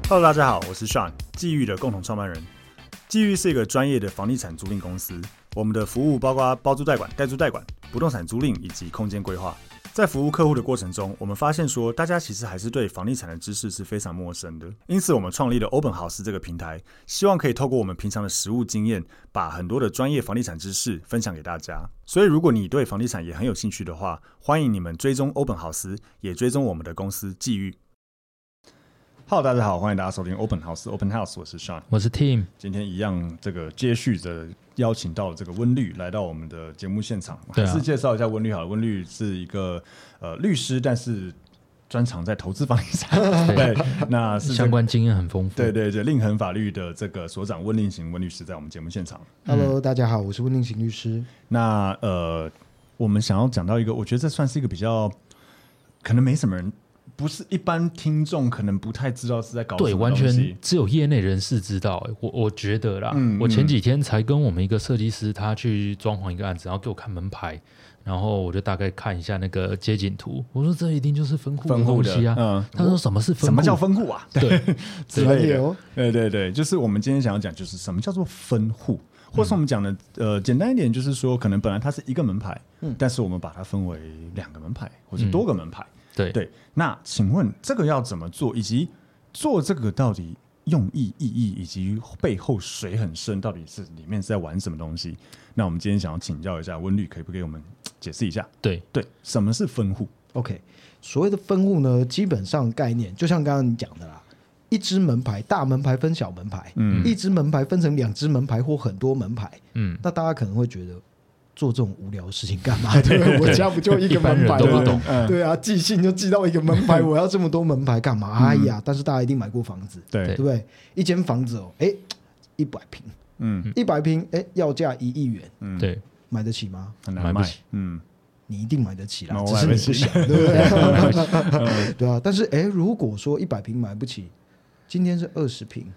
Hello， 大家好，我是 Sean， 际遇的共同创办人。际遇是一个专业的房地产租赁公司，我们的服务包括包租代管、代租代管、不动产租赁以及空间规划。在服务客户的过程中，我们发现说，大家其实还是对房地产的知识是非常陌生的，因此我们创立了 Open House 这个平台，希望可以透过我们平常的实务经验，把很多的专业房地产知识分享给大家。所以如果你对房地产也很有兴趣的话，欢迎你们追踪 Open House， 也追踪我们的公司际遇。Hello， 大家好，欢迎大家收听 Open House。Open House， 我是 Sean， 我是 Tim。 今天一样，这个接续着邀请到了这个温律来到我们的节目现场，还是介绍一下温律好了。温律是一个律师，但是专长在投资房地产，对，那是相关经验很丰富。 对对对，令恒法律的这个所长温令行温律师在我们节目现场。 Hello， 大家好，我是温令行律师。 那我们想要讲到一个，我觉得这算是一个比较可能没什么人。不是一般听众可能不太知道是在搞什么东西， 对，完全只有业内人士知道。我觉得啦，我前几天才跟我们一个设计师，他去装潢一个案子，然后给我看门牌，然后我就大概看一下那个街景图，我说这一定就是分户的东西啊。他说什么是分户？ 什么叫分户啊？ 对， 之类的。对对对，就是我们今天想要讲，就是什么叫做分户，或是我们讲的简单一点，就是说可能本来它是一个门牌，但是我们把它分为两个门牌或者多个门牌。对，那请问这个要怎么做，以及做这个到底用意、意义以及背后水很深，到底是里面是在玩什么东西？那我们今天想要请教一下温律，可以不可以给我们解释一下？对，什么是分户 ？OK， 所谓的分户呢，基本上概念就像刚刚你讲的啦，一支门牌，大门牌分小门牌，一支门牌分成两支门牌或很多门牌，那大家可能会觉得。做这种无聊的事情干嘛？对，我家不就一个门牌吗？ 都不懂。 对啊，寄信就寄到一个门牌，我要这么多门牌干嘛？哎呀，但是大家一定买过房子，对不对？一间房子哦，100平，100平，要价1亿元， 对， 买得起吗？ 很难买， 你一定买得起啦，只是你不想，对不对？对啊，但是如果说100平买不起，今天是20平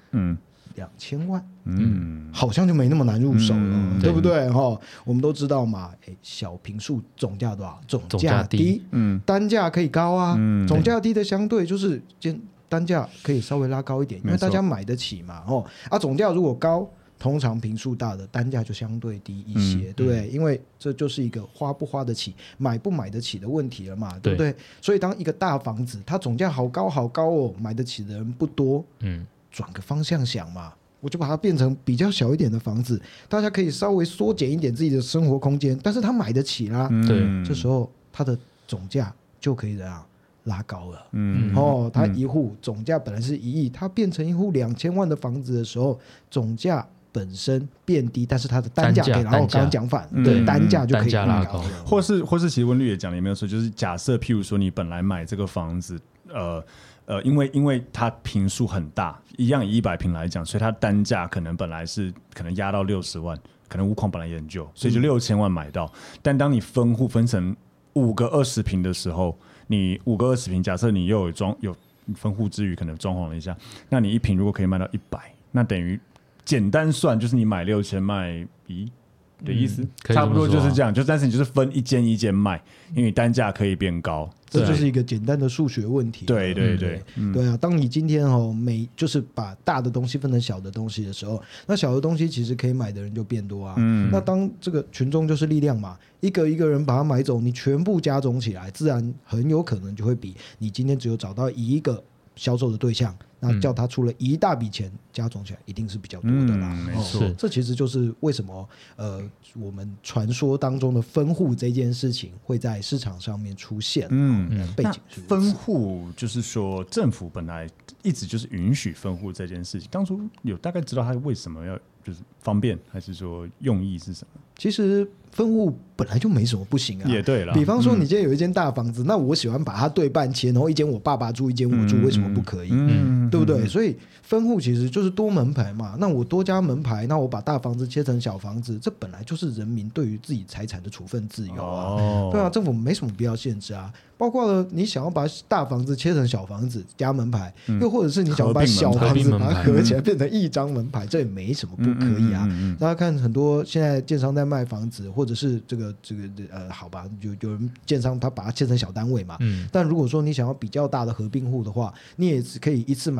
，2000万，好像就没那么难入手了，对不对？我们都知道嘛，小坪数总价多少？总价低，单价可以高啊。总价低的相对就是单价可以稍微拉高一点，因为大家买得起嘛。总价如果高，通常坪数大的单价就相对低一些，对不对？因为这就是一个花不花得起、买不买得起的问题了嘛，对不对？所以当一个大房子它总价好高好高哦，买得起的人不多，转个方向想嘛，我就把它变成比较小一点的房子，大家可以稍微缩减一点自己的生活空间，但是他买得起啦，这时候它的总价就可以这样拉高了。它一户总价本来是1亿，它变成一户2000万的房子的时候，总价本身变低，但是它的单价可以，然后我刚刚讲反，对，单价就可以拉高， 或是其实温律也讲了，也没有错，就是假设譬如说你本来买这个房子，因为它坪数很大，一样以100坪来讲，所以它单价可能本来是可能压到60万，可能屋况本来也很旧，所以就6000万买到。但当你分户分成5个20坪的时候，你5个20坪，假设你又有分户之余可能装潢了一下，那你一坪如果可以卖到100，那等于简单算就是你买6000卖1的意思，差不多就是这样。但是你就是分一间一间卖，因为单价可以变高。 这就是一个简单的数学问题。 对对对， 对啊！当你今天就是把大的东西分成小的东西的时候，那小的东西其实可以买的人就变多啊。那当这个群众就是力量嘛，一个一个人把它买走，你全部加总起来，自然很有可能就会比你今天只有找到一个销售的对象，那叫他出了一大笔钱，加总起来一定是比较多的啦。 没错， 这其实就是为什么我们传说当中的分户这件事情会在市场上面出现。背景是分户，就是说政府本来一直就是允许分户这件事情，当初有大概知道他为什么要就是方便，还是说用意是什么？ 其实分户本来就没什么不行啊， 也对了。 比方说你今天有一间大房子，那我喜欢把它对半切，然后一间我爸爸住，一间我住，为什么不可以？对不对？所以分户其实就是多门牌嘛。那我多加门牌，那我把大房子切成小房子，这本来就是人民对于自己财产的处分自由啊。对啊，政府没什么必要限制啊。包括了你想要把大房子切成小房子加门牌，又或者是你想要把小房子把它合起来变成一张门牌，这也没什么不可以啊。大家看很多现在建商在卖房子，或者是这个好吧，有人建商他把它切成小单位嘛。但如果说你想要比较大的合并户的话，你也可以一次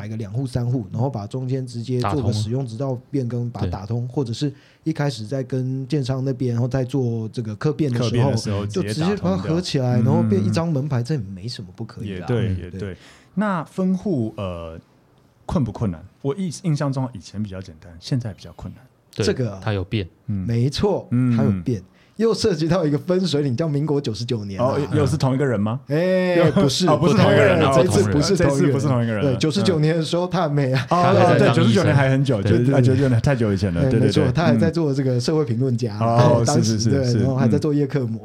买个2户3户，然后把中间直接做个使用执照变更，把它打通，或者是一开始在跟建商那边，然后在做这个客变的时候，就直接把它合起来，然后变一张门牌，这也没什么不可以的。 也对。那分户困不困难？我印象中以前比较简单，现在比较困难。 这个它有变， 没错，它有变。又涉及到一个分水岭，叫民国99年又是同一个人吗？ 不是， 不是同一个人， 这次不是同一个人。 对，99年的时候他还没啊， 对，99年还很久，99年太久以前了，对， 没错，他还在做这个社会评论家，当时对，然后还在做叶克膜。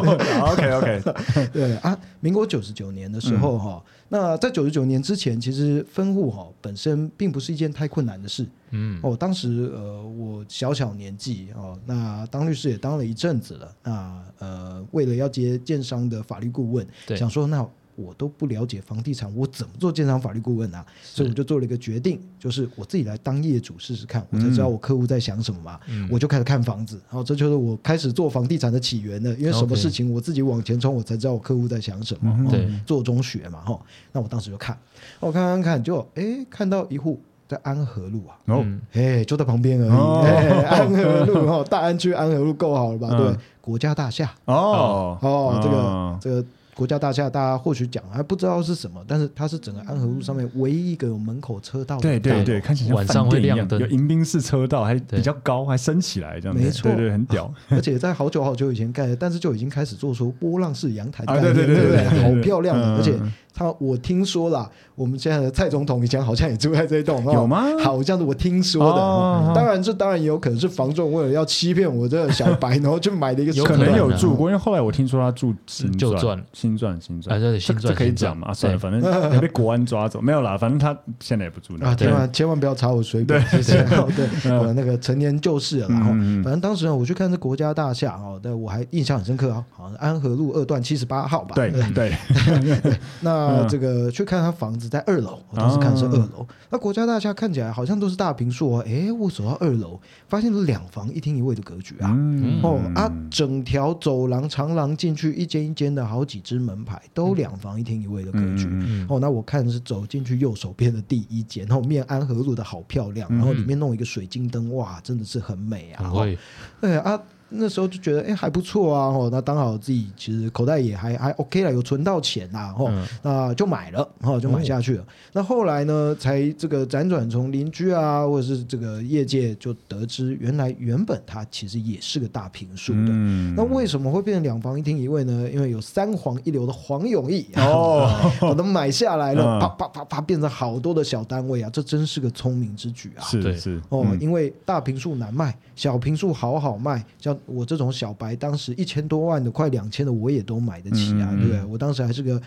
OK， 对啊，民国99年的时候那在99年之前，其实分户本身并不是一件太困难的事。当时我小年纪那当律师也当了一阵子了。那为了要接建商的法律顾问，想说那我都不了解房地产，我怎么做建商法律顾问啊？所以我就做了一个决定，就是我自己来当业主试试看，我才知道我客户在想什么嘛。我就开始看房子，然后这就是我开始做房地产的起源了。因为什么事情我自己往前冲，我才知道我客户在想什么。做中学嘛，那我当时就看，我看，就看到一户在安和路就在旁边而已。安和路大安区安和路够好了吧？对，国家大厦这个国家大厦，大家或许讲还不知道是什么，但是它是整个安和路上面唯一一个有门口车道的。 对，看起来像饭店一样，有迎宾式车道，还比较高，还升起来这样子。 没错， 对，很屌。 而且在好久以前盖的，但是就已经开始做出波浪式阳台的概念，对，好漂亮的，而且。我听说啦，我们现在的蔡总统以前好像也住在这一栋， 有吗？ 好像是我听说的。当然也有可能是房仲为了要欺骗我这个小白，然后就买了一个。 可能有住过，因为后来我听说他住新钻， 这可以讲嘛？算了，反正也被国安抓走，没有啦。反正他现在也不住那。 千万不要查我水表，谢谢。对，我那个陈年旧事了。然后，反正当时我去看这国家大厦但我还印象很深刻好像安和路2段78号吧。 对。 那这个去看他房子在2楼，我当时看的是2楼。那国家大厦看起来好像都是大坪数我走到2楼，发现2房1厅1卫的格局整条走廊长廊进去一间一间的好几只门牌，都2房1厅1卫的格局。那我看是走进去右手边的第一间，然后面安和路的好漂亮，然后里面弄一个水晶灯，哇，真的是很美啊！对啊。那时候就觉得还不错啊，那刚好自己其实口袋也还 OK 了，有存到钱啦，那就买了，就买下去了。那后来呢，才这个辗转从邻居啊，或者是这个业界就得知，原本它其实也是个大坪数的。那为什么会变成2房1厅1卫呢？因为有3皇一流的黄永义我都买下来了，啪变成好多的小单位啊，这真是个聪明之举啊！ 是因为大坪数难卖，小坪数好卖，像我这种小白，当时1000多万的快2000的我也都买得起啊，对不对？我当时还是个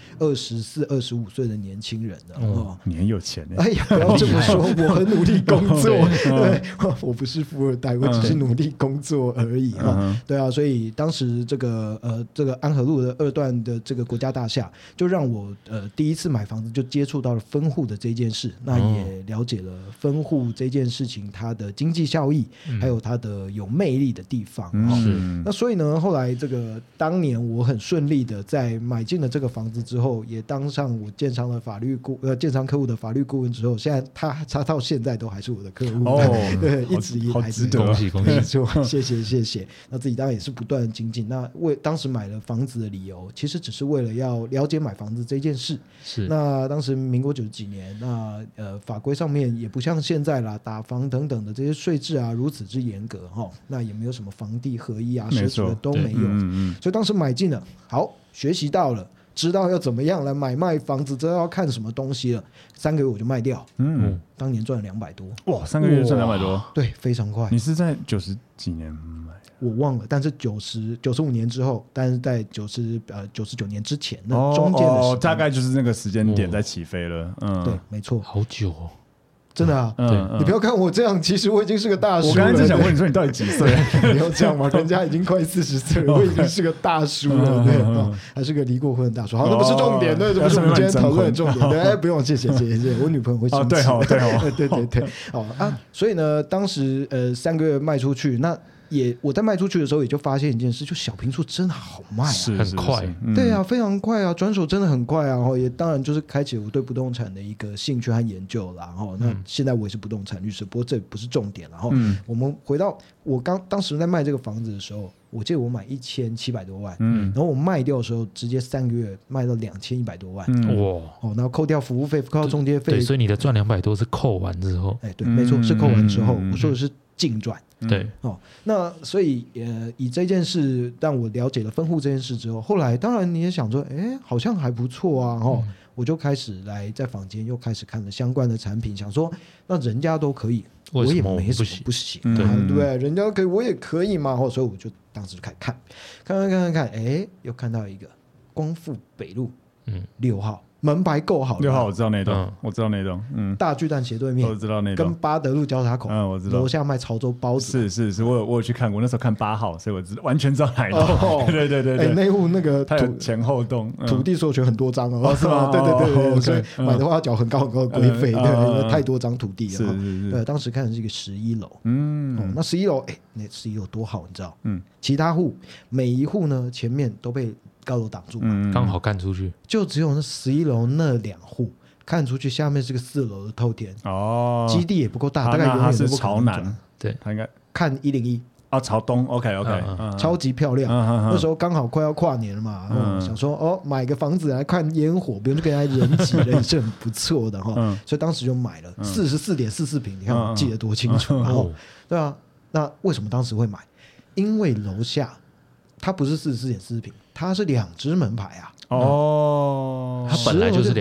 24、25岁的年轻人呢。 你很有钱哎呀，不要这么说，我很努力工作，对，我不是富二代，我只是努力工作而已对啊，所以当时这个安和路的2段的这个国家大厦，就让我第一次买房子就接触到了分户的这件事，那也了解了分户这件事情它的经济效益，还有它的有魅力的地方。那所以呢，后来这个当年我很顺利的在买进了这个房子之后，也当上我建商的建商客户的法律顾问之后，现在他到现在都还是我的客户对，一直以来是恭喜谢谢。那自己当然也是不断的精进。那当时买了房子的理由，其实只是为了要了解买房子这件事。那当时民国90几年，那法规上面也不像现在啦，打房等等的这些税制啊如此之严格那也没有什么房地合一啊，奢侈的都没有。所以当时买进了，好，学习到了，知道要怎么样来买卖房子，知道要看什么东西了，3个月我就卖掉。当年赚了200多。 哇，3个月就赚200多？ 对，非常快。 你是在90几年买？ 我忘了，但是95年之后，但是在99年之前，那中间的大概就是那个时间点在起飞了。 对，没错， 好久哦。 真的啊，你不要看我这样，其实我已经是个大叔了。 我刚才正想问你说你到底几岁？ 你要这样吗？人家已经快40岁了，我已经是个大叔了，对，还是个离过婚的大叔。好，那不是重点，对，这不是我们今天讨论的重点。对，不用，谢谢，我女朋友会生气。 对， 对，所以呢，当时3个月卖出去，那我在卖出去的时候也就发现一件事，就小坪数真的好卖啊， 很快， 对啊，非常快啊，转手真的很快啊，然后也当然就是开启我对不动产的一个兴趣和研究啦。然后那现在我也是不动产律师，不过这不是重点。然后我们回到我当时在卖这个房子的时候，我记得我买1700多万，然后我卖掉的时候直接3个月卖到2100多万，哇！然后扣掉服务费，扣掉中介费， 对，所以你的赚200多是扣完之后， 对，没错，是扣完之后，我说的是净赚。 对那所以以这件事让我了解了分户这件事之后，后来当然你也想说，好像还不错啊，我就开始来在房间又开始看了相关的产品，想说那人家都可以，我也没什么不行，对不对？人家可以，我也可以嘛，所以我就当时就开始看，又看到一个光复北路6号。门牌够好 ，6号我知道那栋，我知道那栋， 大巨蛋斜对面， 我知道那栋， 跟八德路交叉口， 我知道， 楼下卖潮州包子， 是，我有去看过，那时候看8号，所以我完全知道哪一栋，对， 那户那个它有前后栋， 土地所有权很多张是吗？ 对，所以买的话要缴很高很高的规费，对，因为太多张土地了，对，当时看的是一个11楼，那11楼，那11楼多好，你知道，其他户每一户呢前面都被高楼挡住嘛， 刚好看出去， 就只有那11楼那2户看出去，下面是个4楼的透天基地也不够大，大概永远都不可能朝南，对，他应该看101 朝东 ，OK， 超级漂亮。那时候刚好快要跨年了嘛，想说买个房子来看烟火，不用去跟人家人挤人，也是很不错的哈。所以当时就买了44.44坪，你看我记得多清楚。对啊，那为什么当时会买？因为楼下它不是44.44坪，它是2只门牌啊。 它本来就是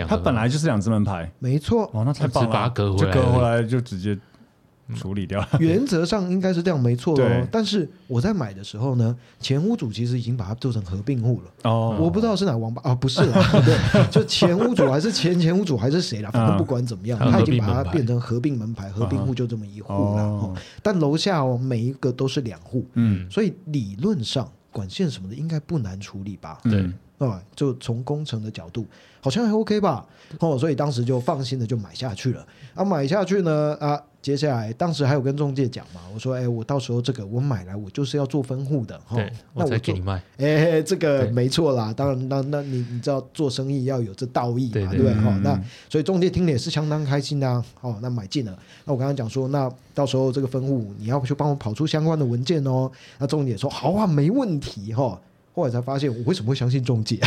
2只门牌， 没错。 那太棒了， 把它割回来， 就割回来就直接处理掉了。 原则上应该是这样，没错的。但是我在买的时候呢，前屋主其实已经把它做成合并户了。我不知道是哪王八不是啦，对，就前屋主还是前屋主还是谁啦，反正不管怎么样，他已经把它变成合并门牌，合并户就这么一户了。但楼下每一个都是2户，所以理论上管线什么的应该不难处理吧？ 对。 就从工程的角度好像还 OK 吧，所以当时就放心的就买下去了。买下去呢，接下来当时还有跟中介讲嘛，我说我到时候这个我买来我就是要做分户的， 对，我再给你卖。 这个没错啦，当然那你知道做生意要有这道义嘛，对不对？那所以中介听了也是相当开心的啊。那买进了，那我刚才讲说，那到时候这个分户你要去帮我跑出相关的文件哦。那中介说好啊，没问题哈。后来才发现我为什么会相信中介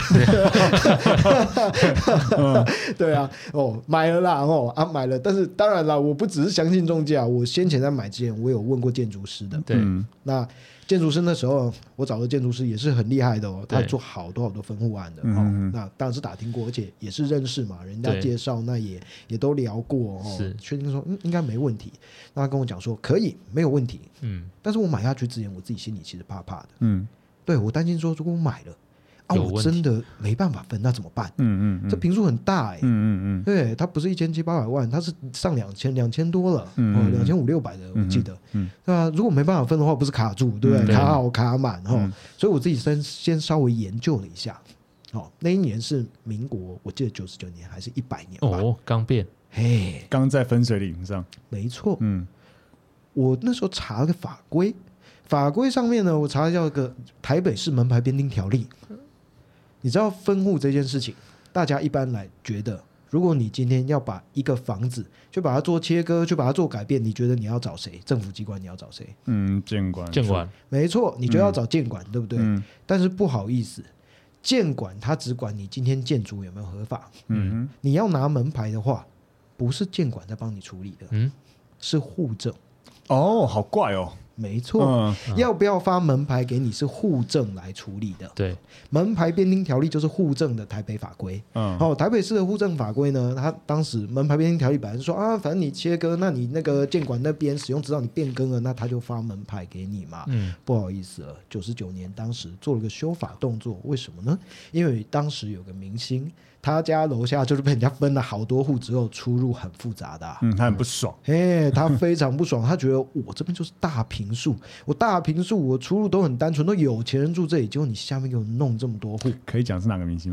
对啊，买了啦，买了，但是当然啦，我不只是相信中介啊，我先前在买之前我有问过建筑师的， 对， 那建筑师那时候我找的建筑师也是很厉害的他做好多分户案的那当然是打听过，而且也是认識嘛，人家介绍那也都聊过确定说应该没问题。那他跟我讲说可以没有问题，但是我买下去之前我自己心里其实怕怕的，对，我担心说如果我买了我真的没办法分，那怎么办？这坪数很大对，它不是1700-800万，它是上2000多了，2500-600的我记得，对啊，如果没办法分的话，不是卡住，对不对？卡好卡满所以我自己先稍微研究了一下，那一年是民国，我记得99年还是100年吧， 刚变， 刚在分水岭上， 没错，我那时候查了个法规上面呢，我查了叫个台北市门牌编定条例。你知道分户这件事情，大家一般来觉得，如果你今天要把一个房子去把它做切割，去把它做改变，你觉得你要找谁？政府机关你要找谁？ 建管， 没错，你就要找建管，对不对？但是不好意思，建管它只管你今天建筑有没有合法。你要拿门牌的话，不是建管在帮你处理的，是户政。 好怪哦。 没错，要不要发门牌给你是户政来处理的。 对， 门牌编定条例就是户政的台北法规。台北市的户政法规呢，它当时门牌编定条例本来是说反正你切割，那你那个建管那边使用指导你变更了，那他就发门牌给你嘛。不好意思了，99年当时做了个修法动作，为什么呢？因为当时有个明星，他家楼下就是被人家分了好多户之后，出入很复杂的他很不爽， 他非常不爽，他觉得我这边就是大坪数，我出入都很单纯，都有钱人住这里，结果你下面给我弄这么多户。 可以讲是哪个明星吗？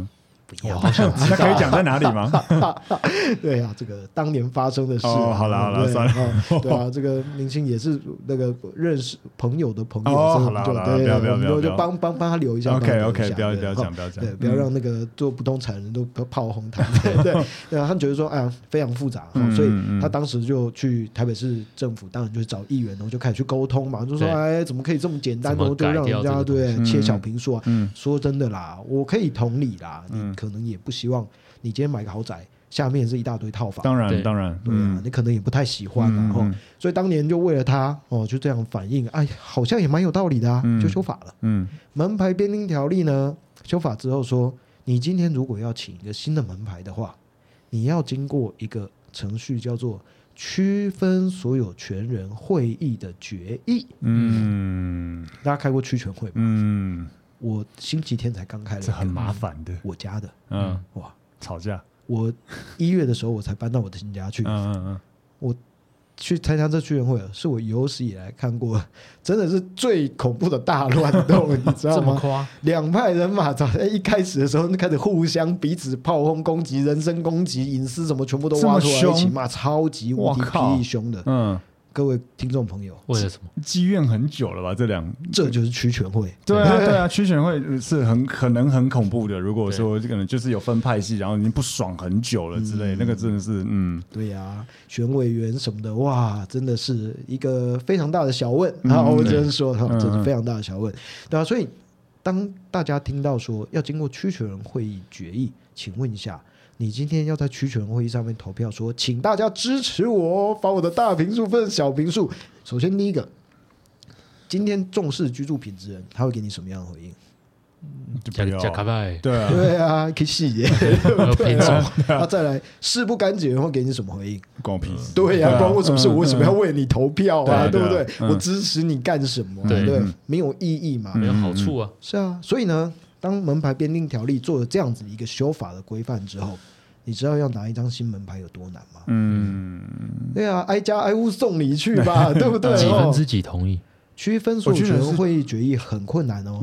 不要， 好想知道那可以讲在哪里吗？ 对啊，这个当年发生的事。 好了，算了。 对啊，这个明星也是那个认识朋友的朋友， 好了，不要， 就帮他留一下。 OK， 不要讲， 对，不要让那个做不动产人都炮红毯。对啊，他觉得说，哎呀，非常复杂，所以他当时就去台北市政府，当然就是找议员，然后就开始去沟通嘛，就说，哎，怎么可以这么简单，然后就让人家切小坪数啊？说真的啦，我可以同理啦，你可能也不希望你今天买个豪宅，下面是一大堆套房， 当然， 对啊，你可能也不太喜欢嘛，所以当年就为了他就这样反应，哎，好像也蛮有道理的啊，就修法了。门牌编定条例呢，修法之后说，你今天如果要请一个新的门牌的话，你要经过一个程序叫做区分所有权人会议的决议。大家开过区权会吗？我星期天才刚开了， 这很麻烦的， 我家的，哇， 吵架。 我1月的时候我才搬到我的新家去，我去参加这区权会了，是我有史以来看过真的是最恐怖的大乱斗，你知道吗？ 这么夸？ 两派人马早在一开始的时候就开始互相彼此炮轰攻击、人身攻击、隐私什么全部都挖出来一起骂，超级无敌霹雳凶的。各位听众朋友， 为了什么？ 积怨很久了吧？ 这就是区权会。 对啊，区权会是可能很恐怖的。如果说可能就是有分派系，然后已经不爽很久了之类，那个真的是对啊，选委员什么的，哇，真的是一个非常大的小问啊！我只能说，这是非常大的小问，对啊。所以当大家听到说要经过区权人会议决议，请问一下。你今天要在区权会议上面投票说，请大家支持我，把我的大坪数分小坪数。首先第一个，今天重视居住品质人，他会给你什么样的回应？ 假卡拜， 对啊，可以细节，再来事不干净，会给你什么回应？ 关我屁事。 对啊，关我什么事？我为什么要为你投票啊？对不对？我支持你干什么？对，没有意义嘛， 没有好处啊。 是啊，所以呢。当门牌编定条例做了这样子一个修法的规范之后，你知道要拿一张新门牌有多难吗？对啊，挨家挨户送礼去吧，对不对？ 几分之几同意？ 区分所有权会议决议很困难哦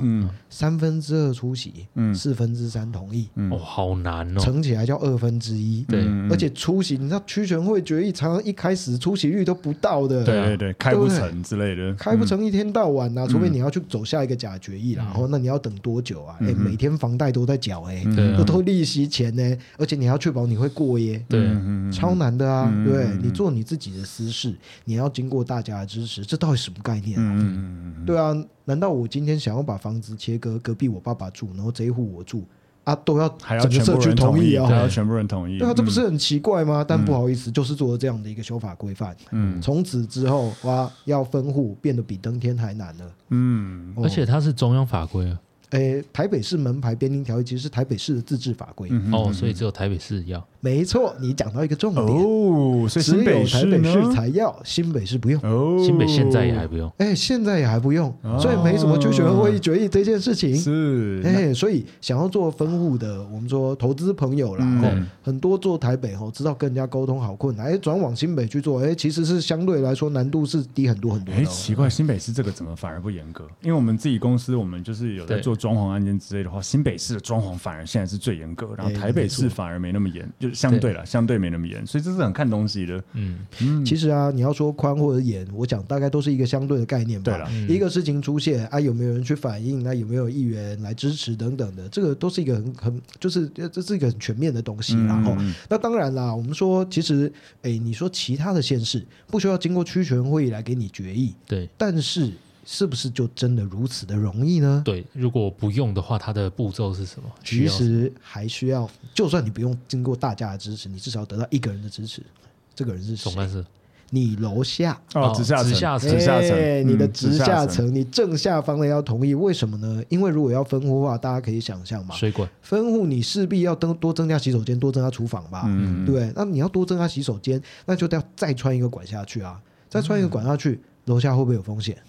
，2/3出席，3/4同意， 好难哦， 乘起来叫1/2。 对， 而且出席，你知道区权会决议常常一开始出席率都不到的， 对，开不成之类的， 开不成一天到晚除非你要去走下一个假决议啦，然后那你要等多久啊？每天房贷都在缴都利息钱呢，而且你还要确保你会过耶， 对， 超难的啊，对，你做你自己的私事，你要经过大家的支持，这到底什么概念啊？对啊，难道我今天想要把房子切割，隔壁我爸爸住，然后这一户我住啊，都要整个社区同意啊？ 还要全部人同意？ 对啊，这不是很奇怪吗？但不好意思，就是做了这样的一个修法规范。从此之后，哇，要分户变得比登天还难了。 而且它是中央法规啊。 台北市门牌编定条例其实是台北市的自治法规所以只有台北市要。 没错，你讲到一个重点所以新北市只有台北市才要，新北市不用。 新北现在也还不用。 现在也还不用，所以没什么区权会议决议这件事情。 是， 所以想要做分户的，我们说投资朋友啦，很多做台北知道跟人家沟通好困难，转往新北去做，其实是相对来说难度是低很多很多的。 奇怪，新北市这个怎么反而不严格？因为我们自己公司，我们就是有在做装潢案件之类的话，新北市的装潢反而现在是最严格，然后台北市反而没那么严，就相对没那么严，所以这是很看东西的。 其实啊，你要说宽或者严，我讲大概都是一个相对的概念吧。 对了， 一个事情出现有没有人去反映？有没有议员来支持等等的，这个都是一个就是这是一个很全面的东西啦。那当然啦，我们说其实你说其他的县市不需要经过区权会议来给你决议， 对， 但是不是就真的如此的容易呢？ 对，如果不用的话，它的步骤是什么？ 其实还需要，就算你不用经过大家的支持，你至少得到一个人的支持。这个人是谁？ 总干事。 你楼下直下层， 你的直下层，你正下方的要同意，为什么呢？因为如果要分户的话，大家可以想象嘛， 水管分户你势必要多增加洗手间，多增加厨房吧，对不对？那你要多增加洗手间，那就要再穿一个管下去啊，再穿一个管下去，楼下会不会有风险？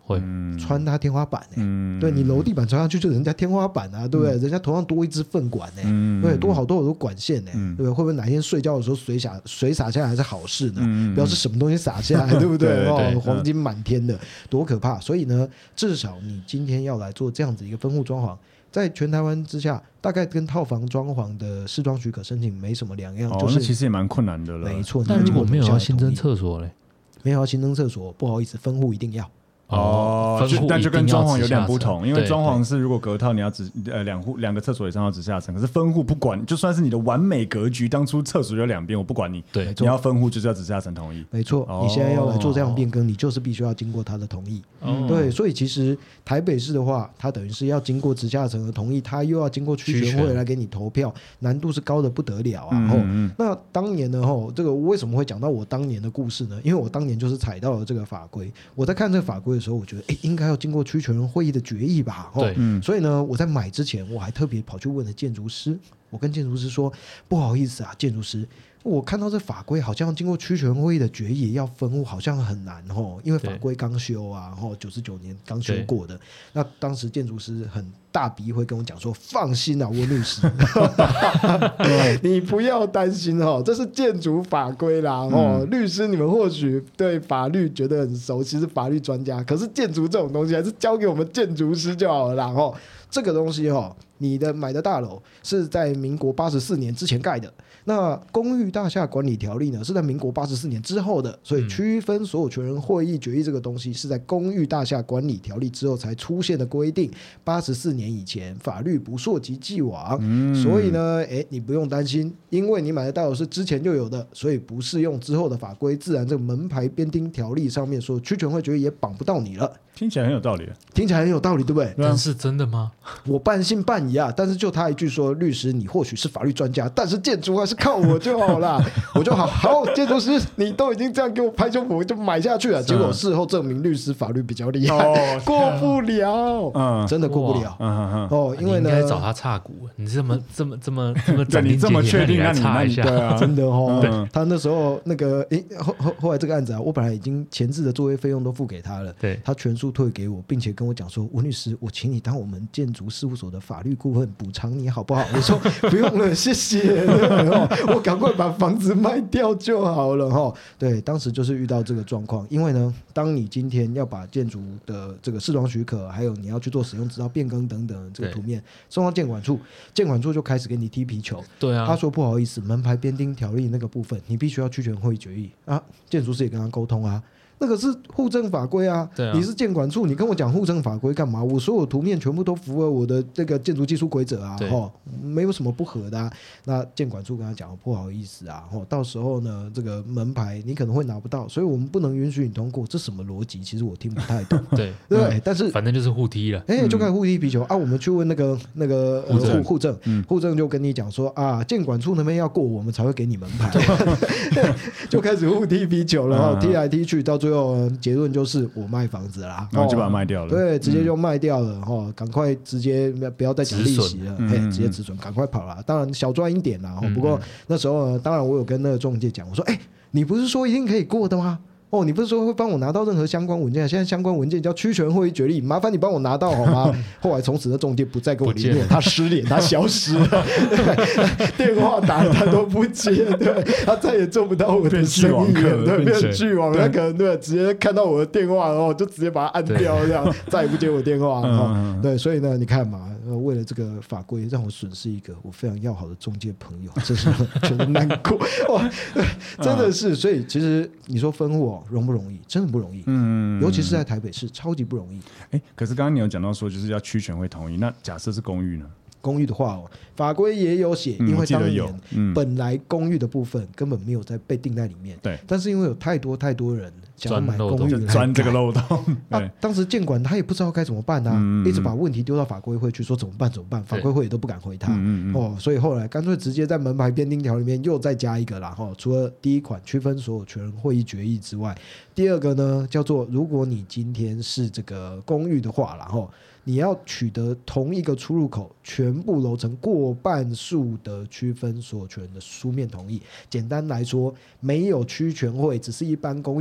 会穿他天花板对你楼地板穿上去就人家天花板啊，对不对？人家头上多一支粪管对，多好多管线对不对？会不会哪天睡觉的时候水洒下来还是好事呢？不要是什么东西洒下来，对不对？黄金满天的，多可怕！所以呢，至少你今天要来做这样子一个分户装潢，在全台湾之下，大概跟套房装潢的施装许可申请没什么两样，就是其实也蛮困难的了。 没错， 但如果没有要新增厕所嘞， 没有要新增厕所，不好意思，分户一定要。 但就跟装潢有点不同，因为装潢是如果隔套你要两个厕所以上要直下层，可是分户不管，就算是你的完美格局，当初厕所有两边，我不管你， 对， 你要分户就是要直下层同意。 没错，你现在要来做这样变更，你就是必须要经过他的同意。对，所以其实台北市的话，它等于是要经过直下层的同意，它又要经过区权会来给你投票，难度是高的不得了啊。那当年呢，这个为什么会讲到我当年的故事呢？因为我当年就是踩到了这个法规，我在看这个法规的时候，我觉得应该要经过区权会议的决议吧。 对， 所以呢，我在买之前，我还特别跑去问了建筑师，我跟建筑师说，不好意思啊，建筑师，我看到这法规好像经过区权会议的决议要分户，好像很难因为法规刚修啊，99年刚修过的。那当时建筑师很大笔会跟我讲说，放心啊，温律师你不要担心这是建筑法规啦律师你们或许对法律觉得很熟悉，是法律专家，可是建筑这种东西还是交给我们建筑师就好了啦这个东西你的买的大楼是在民国84年之前盖的，那公寓大厦管理条例呢是在民国84年之后的，所以区分所有权人会议决议这个东西是在公寓大厦管理条例之后才出现的规定，84年以前法律不溯及既往所以呢你不用担心，因为你买的大楼是之前就有的，所以不适用之后的法规，自然这个门牌编丁条例上面说区权会决议也绑不到你了。 听起来很有道理， 听起来很有道理，对不对？ 但是真的吗？ 我半信半疑啊，但是就他一句说，律师你或许是法律专家，但是建筑还是靠我就好啦我就好，建筑师你都已经这样给我拍胸脯，我就买下去了。结果事后证明律师法律比较厉害过不了真的过不了因为呢， 你应该找他岔股，你这么你这么确定，那你查一下真的他那时候那个后来这个案子啊，我本来已经前置的作业费用都付给他了， 对， 他全数退给我，并且跟我讲说，温律师，我请你当我们建筑事务所的法律顾问，补偿你好不好？我说不用了，谢谢我赶快把房子卖掉就好了对，当时就是遇到这个状况，因为呢，当你今天要把建筑的这个施装许可，还有你要去做使用执照变更等等这个图面送到建管处，建管处就开始给你踢皮球。 对啊， 他说不好意思，门牌编丁条例那个部分，你必须要区权会议决议啊。建筑师也跟他沟通啊。那个是户政法规啊，你是建管处，你跟我讲户政法规干嘛？我所有图面全部都符合我的这个建筑技术规则啊，没有什么不合的啊。那建管处跟他讲不好意思啊，到时候呢这个门牌你可能会拿不到，所以我们不能允许你通过，这什么逻辑？其实我听不太懂。对，但是反正就是互踢了， 就开始互踢皮球啊。我们去问那个户政就跟你讲说啊，建管处那边要过我们才会给你门牌，就开始互踢皮球了，踢来踢去，到最后结论就是我卖房子啦， 然后就把它卖掉了。 对，直接就卖掉了赶快直接不要再讲利息了，直接止损，赶快跑啦。当然小赚一点啦，不过那时候呢，当然我有跟那个中介讲，我说你不是说一定可以过的吗？你不是说会帮我拿到任何相关文件？现在相关文件叫区权会议决议，麻烦你帮我拿到好吗？后来从此的中介不再跟我联络，他失联，他消失了，电话打他都不接，对，他再也做不到我的生意了，对，变巨网，他可能直接看到我的电话，然后就直接把他按掉，这样再也不接我电话。对，所以呢，你看嘛，为了这个法规，让我损失一个我非常要好的中介朋友，真是觉得难过哇！真的是，所以其实你说分户容不容易？真的不容易，尤其是在台北市，超级不容易。 可是刚刚你有讲到说，就是要区权会同意，那假设是公寓呢？ 公寓的话法规也有写，因为当年本来公寓的部分根本没有在被定在里面， 对， 但是因为有太多人想要买公寓来钻这个漏洞当时建管他也不知道该怎么办一直把问题丢到法规会去说怎么办，法规会也都不敢回他所以后来干脆直接在门牌编丁条里面又再加一个啦除了第一款区分所有权人会议决议之外，第二个呢叫做如果你今天是这个公寓的话啦你要取得同一个出入口全部楼层过半数的区分所有权人的书面同意。简单来说，没有区权会，只是一般公寓大家都不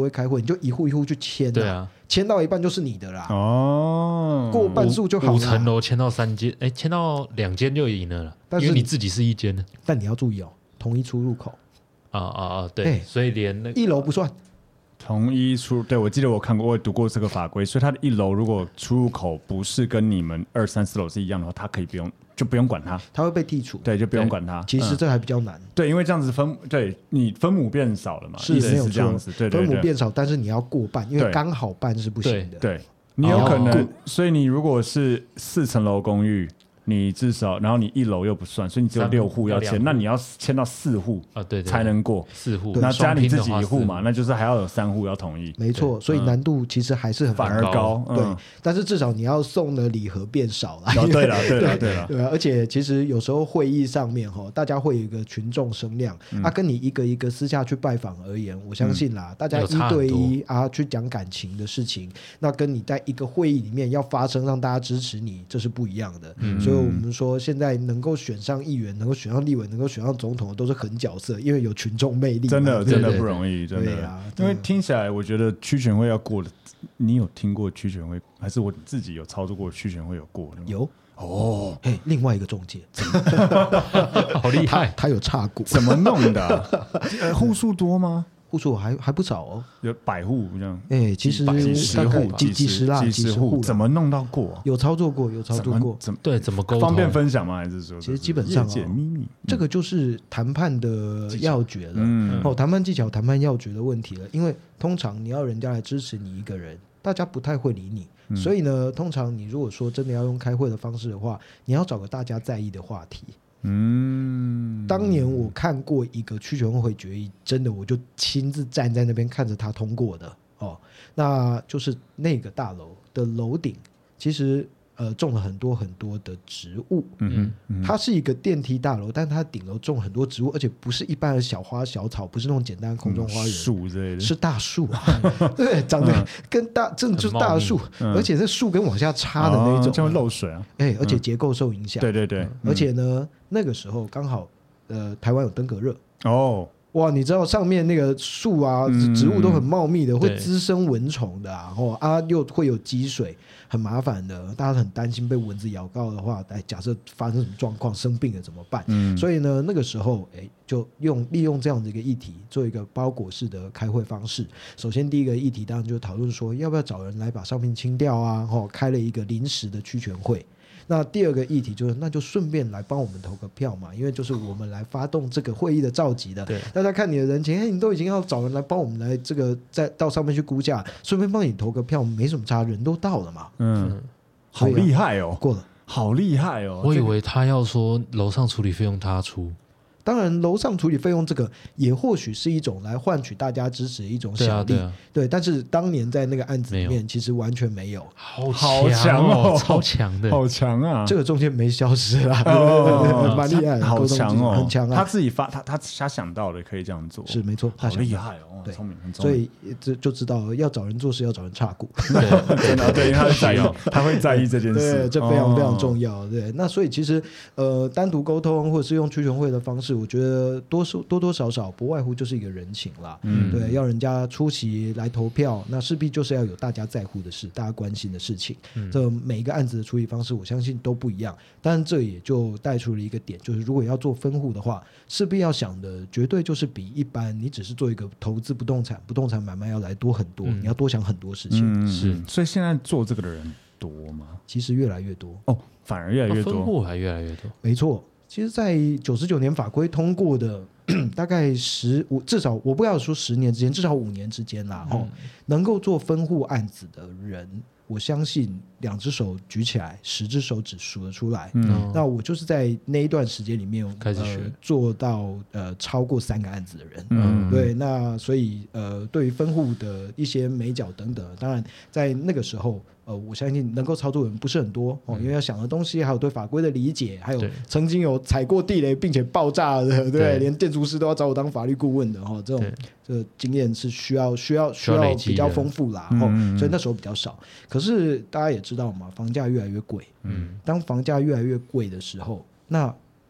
会开会，你就一户一户去签对啊， 签到一半就是你的啦。 过半数就好了。 5层楼签到3间，签到2间就赢了啦， 但是因为你自己是1间的。 但你要注意哦，同一出入口对，所以连那个 1楼不算。 同一出，对，我记得我看过，我也读过这个法规，所以它的1楼如果出入口不是跟你们2、3、4楼是一样的话，它可以不用管它， 它会被剔除。 对，就不用管它。 其实这还比较难。 对，因为这样子对你分母变少了嘛， 是没有这样子，对， 分母变少，但是你要过半，因为刚好半是不行的。 对，你有可能，所以你如果是4层楼公寓。你至少，然后你1楼又不算，所以你只有6户要签，那你要签到4户对才能过 4户， 那加你自己1户嘛，那就是还要有3户要同意。 没错，所以难度其实还是很反而高。 对，但是至少你要送的礼盒变少了。 对了， 对啊，而且其实有时候会议上面大家会有一个群众声量，跟你一个一个私下去拜访而言，我相信啦，大家1对1去讲感情的事情，那跟你在一个会议里面要发声让大家支持你，这是不一样的。所以我们说现在能够选上议员，能够选上立委，能够选上总统，都是狠角色，因为有群众魅力。 真的不容易，真的。因为听起来，我觉得区全会要过的，你有听过区全会，还是我自己有操作过区全会有过的吗？ 有另外一个中介， 好厉害， 他有差股， 怎么弄的？户数多吗？ 户数还不少哦， 有100户这样。 其实几户， 几十户， 怎么弄到过？ 有操作过， 怎么沟通？ 方便分享吗？还是说， 其实基本上解秘密， 这个就是谈判的要诀了。谈判技巧、谈判要诀的问题了。因为通常你要人家来支持你一个人，大家不太会理你，所以呢，通常你如果说真的要用开会的方式的话，你要找个大家在意的话题。当年我看过一个区全会决议，真的我就亲自站在那边看着它通过的那就是那个大楼的楼顶，其实种了很多很多的植物。它是一个电梯大楼，但它顶楼种很多植物，而且不是一般的小花小草，不是那种简单的空中花园， 树之类的， 是大树对，长得跟真的就是大树，而且这树根往下插的那种， 就会漏水啊。 而且结构受影响。 对， 而且呢，那个时候刚好台湾有登革热哇，你知道上面那个树啊，植物都很茂密的，会滋生蚊虫的又会有积水，很麻烦的。大家很担心被蚊子咬到的话，假设发生什么状况，生病了怎么办？所以呢，那个时候就利用这样的一个议题，做一个包裹式的开会方式。首先第一个议题当然就讨论说，要不要找人来把上面清掉啊？开了一个临时的区全会。那第二个议题就是，那就顺便来帮我们投个票嘛，因为就是我们来发动这个会议的召集的。大家看你的人情，你都已经要找人来帮我们来这个再到上面去估价，顺便帮你投个票，没什么差，人都到了嘛。 好厉害哦， 过了， 好厉害哦。 我以为他要说楼上处理费用他出。 当然楼上处理费用这个也或许是一种来换取大家支持的一种小利，对，但是当年在那个案子里面其实完全没有。 好强哦，超强的， 好强啊！ 这个中间没消失啦，蛮厉害的， 好强哦， 很强啊！ 他自己他想到的可以这样做， 是没错， 好厉害哦，聪明，很聪明。所以就知道要找人做事要找人插股， 真的对，他会在意这件事， 对，这非常非常重要。对，那所以其实单独沟通或者是用区全会的方式，我觉得多多少少不外乎就是一个人情啦。对，要人家出席来投票，那势必就是要有大家在乎的事，大家关心的事情。这每一个案子的处理方式，我相信都不一样。但这也就带出了一个点，就是如果要做分户的话，势必要想的绝对就是比一般你只是做一个投资不动产买卖要来多很多，你要多想很多事情。 是， 所以现在做这个的人多吗？ 其实越来越多反而越来越多， 分户还越来越多。 没错。其实在99年法规通过的大概至少我不要说10年之间，至少5年之间啦，能够做分户案子的人，我相信2只手举起来10只手指数得出来。那我就是在那一段时间里面开始学做到超过3个案子的人。对，那所以对于分户的一些眉角等等，当然在那个时候我相信能够操作的人不是很多因为要想的东西，还有对法规的理解，还有曾经有踩过地雷并且爆炸的，对，连建筑师都要找我当法律顾问的这种经验是需要比较丰富啦。所以那时候比较少。可是大家也知道嘛，房价越来越贵。当房价越来越贵的时候，那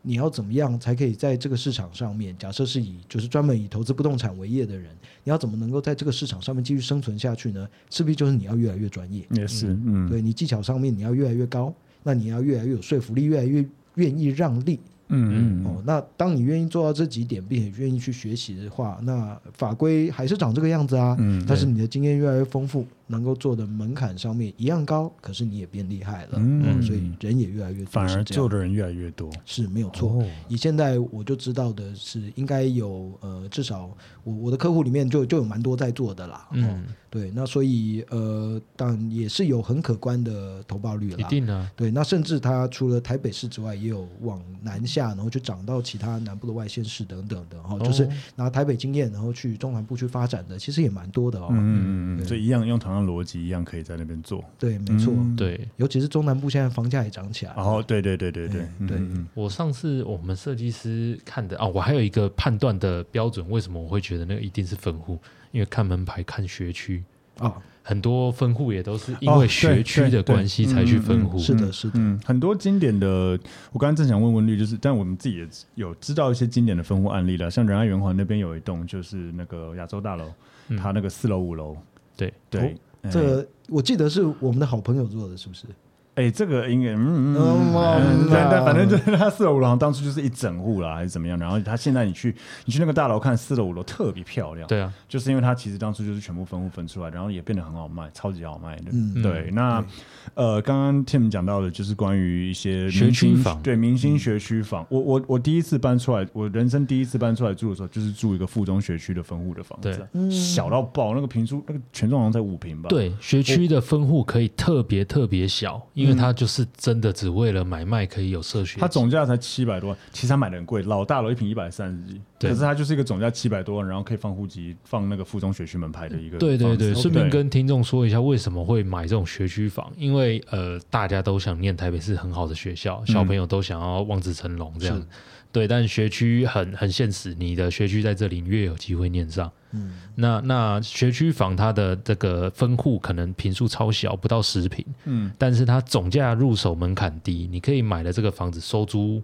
你要怎么样才可以在这个市场上面，假设是就是专门以投资不动产为业的人，你要怎么能够在这个市场上面继续生存下去呢？势必就是你要越来越专业， 也是， 对，你技巧上面你要越来越高，那你要越来越有说服力，越来越愿意让利。那当你愿意做到这几点，并且愿意去学习的话，那法规还是长这个样子啊，但是你的经验越来越丰富，能够做的门槛上面一样高，可是你也变厉害了，所以人也越来越多， 反而做的人越来越多， 是没有错。以现在我就知道的是，应该有至少我的客户里面就有蛮多在做的啦。对，那所以当然也是有很可观的投报率啦， 一定啊。 对，那甚至它除了台北市之外，也有往南下，然后去涨到其他南部的外县市等等的就是拿台北经验，然后去中南部去发展的，其实也蛮多的所以一样用同样逻辑，一样可以在那边做。 对，没错， 对， 尤其是中南部现在房价也涨起来了。 对， 我上次我们设计师看的我还有一个判断的标准，为什么我会觉得那个一定是分户？因为看门牌、看学区很多分户也都是因为学区的关系才去分户。 是的， 很多经典的，我刚才正想问温律，就是，但我们自己也有知道一些经典的分户案例了，像仁爱圆环那边有一栋，就是那个亚洲大楼，它那个4楼、5楼， 对， 这个我记得是我们的好朋友做的，是不是？ 这个应该但反正就是他4楼5楼当初就是一整户啦，还是怎么样？然后他现在你去那个大楼看4楼5楼特别漂亮， 对啊， 就是因为他其实当初就是全部分户分出来，然后也变得很好卖，超级好卖的。对，那刚刚 Tim 讲到的就是关于一些学区房， 对，明星学区房。我第一次搬出来，我人生第一次搬出来住的时候，就是住一个附中学区的分户的房子，小到爆，那个坪数那个全幢好像才5坪吧。 对，学区的分户可以特别小。因为它就是真的只为了买卖可以有社学， 它总价才700多万，其实它买的很贵，老大楼1坪130几，可是它就是一个总价700多万，然后可以放户籍、放那个附中学区门牌的一个。 对，顺便跟听众说一下为什么会买这种学区房，因为大家都想念台北市很好的学校，小朋友都想要望子成龙这样。对，但学区很现实，你的学区在这里，你越有机会念上。那学区房它的这个分户可能坪数超小，不到10坪，但是它总价入手门槛低，你可以买了这个房子收租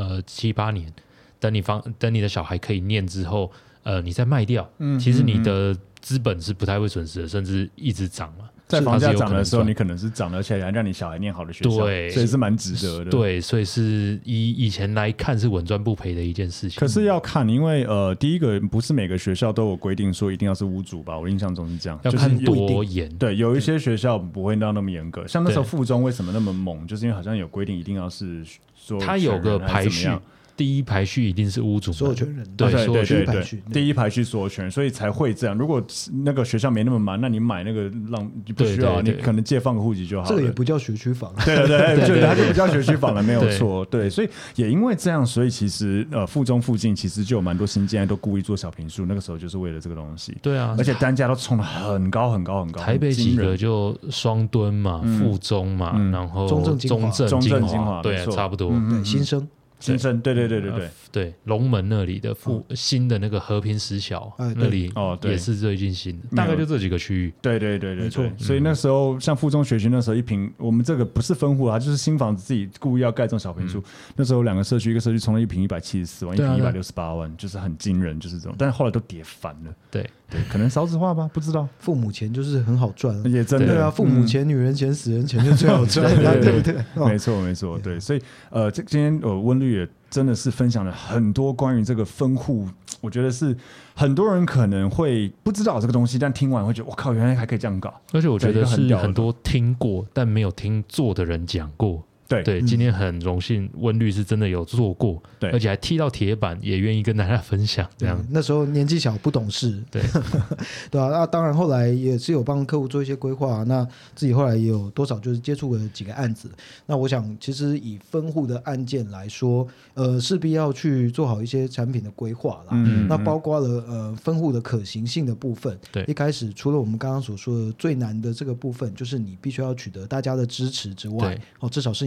7、8年，等你的小孩可以念之后，你再卖掉，其实你的资本是不太会损失的，甚至一直涨嘛。 在房价涨的时候，你可能是涨，而且还让你小孩念好的学校， 对， 所以是蛮值得的。 对，所以是以前来看是稳赚不赔的一件事情。 可是要看，因为第一个不是每个学校都有规定说一定要是屋主吧？我印象中是这样， 要看多严。 对，有一些学校不会到那么严格，像那时候附中为什么那么猛，就是因为好像有规定一定要是说它有个排序。第一排序一定是屋主所有权人， 对， 第一排序所有权，所以才会这样。如果那个学校没那么满，那你买那个你不需要，你可能借放个户籍就好了。 这个也不叫学区房， 对，它就不叫学区房了，没有错。对，所以也因为这样，所以其实附中附近其实就有蛮多新建案都故意做小坪数，那个时候就是为了这个东西。 对啊， 而且单价都冲得很高。 台北几个就双敦嘛、附中嘛，然后中正精华，对，差不多。 对，新生。 对， 龙门那里的新的那个和平实小那里也是最近新的，大概就这几个区域。 对，没错。所以那时候像附中学区那时候一坪，我们这个不是分户啊，就是新房子自己故意要盖这种小坪数。那时候2个社区，一个社区冲了一坪174万，一坪168万，就是很惊人，就是这种。但是后来都跌翻了。 对， 可能少子化吧，不知道。 父母钱就是很好赚， 也真的对啊，父母钱、女人钱、死人钱就最好赚，对不对？ 没错，对。所以今天温律也真的是分享了很多关于这个分户，我觉得是很多人可能会不知道这个东西，但听完会觉得我靠，原来还可以这样搞。 而且我觉得是很多听过但没有听做的人讲过。对，今天很荣幸温律是真的有做过，对，而且还踢到铁板，也愿意跟大家分享。这样那时候年纪小不懂事，对对啊。那当然后来也是有帮客户做一些规划，那自己后来也有多少就是接触了几个案子。那我想其实以分户的案件来说，势必要去做好一些产品的规划啦。那包括了分户的可行性的部分。对，一开始除了我们刚刚所说的最难的这个部分，就是你必须要取得大家的支持之外，至少是你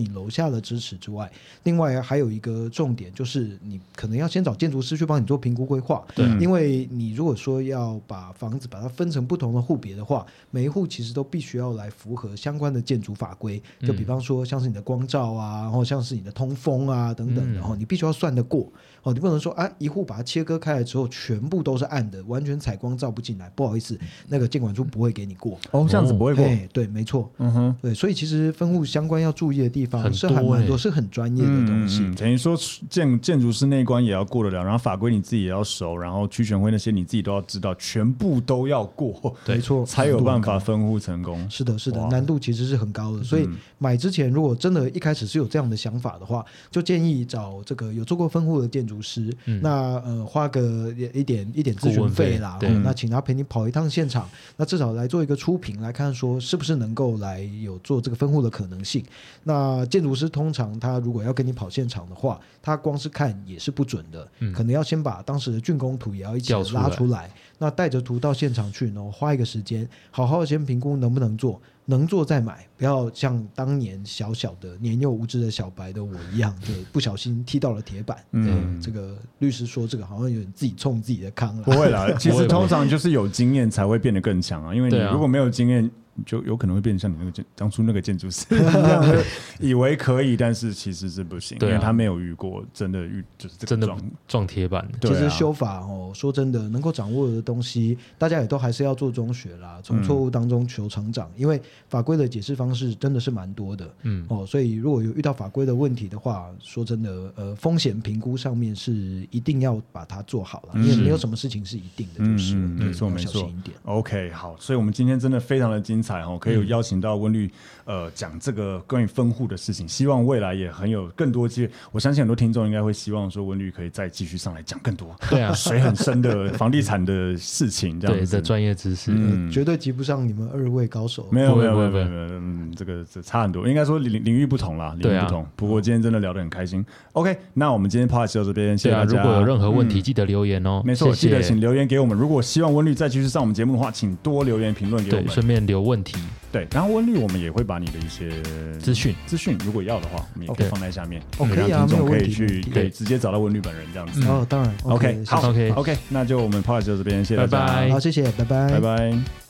楼下的支持之外，另外还有一个重点就是你可能要先找建筑师去帮你做评估规划，因为你如果说要把房子把它分成不同的户别的话，每一户其实都必须要来符合相关的建筑法规，就比方说像是你的光照啊，然后像是你的通风啊等等，然后你必须要算得过哦，你不能说一户把它切割开来之后全部都是暗的，完全采光照不进来，不好意思，那个建管处不会给你过哦，这样子不会过， 对，没错，对，所以其实分户相关要注意的地方是还蛮多，是很专业的东西， 等于说建筑师那一关也要过得了，然后法规你自己也要熟，然后区权会那些你自己都要知道，全部都要过， 没错， 才有办法分户成功。 是的，难度其实是很高的，所以买之前如果真的一开始是有这样的想法的话，就建议找这个有做过分户的建筑师，那花个一点咨询费啦，那请他陪你跑一趟现场，那至少来做一个初评，来看说是不是能够来有做这个分户的可能性。那建筑师通常他如果要跟你跑现场的话，他光是看也是不准的，可能要先把当时的竣工图也要一起拉出来，那带着图到现场去呢，花一个时间好好先评估能不能做，能做再买，不要像当年小小的年幼无知的小白的我一样，对，不小心踢到了铁板。这个律师说这个好像有点自己冲自己的坑了。 不会啦，其实通常就是有经验才会变得更强啊，因为你如果没有经验，就有可能会变成像你那个当初那个建筑师一样，以为可以，但是其实是不行，因为他没有遇过，真的就是这个真的撞铁板。 其实修法说真的，能够掌握的东西，大家也都还是要做中学啦，从错误当中求成长，因为法规的解释方式真的是蛮多的，所以如果有遇到法规的问题的话，说真的，风险评估上面是一定要把它做好了，因为没有什么事情是一定的，就是没错没错。OK， 好，所以我们今天真的非常的精彩。可以邀请到温律讲这个关于分户的事情，希望未来也很有更多机会。我相信很多听众应该会希望说温律可以再继续上来讲更多水很深的房地产的事情，这样子的专业知识， 绝对及不上你们二位高手。 没有，这个差很多，应该说领域不同啦，领域不同。不过今天真的聊得很开心。OK， 那我们今天 podcast 就到这边，谢谢大家。 如果有任何问题，记得留言哦。 没错，记得请留言给我们。如果希望温律再继续上我们节目的话，请多留言评论给我们， 对，顺便留问题。 对，然后温律我们也会把你的一些资讯， 如果要的话，我们也可以放在下面， 让听众可以去直接找到温律本人这样子。 当然 OK， 好 OK，那就我们 podcast 就这边，谢谢大家， 好，谢谢，拜拜， 拜拜。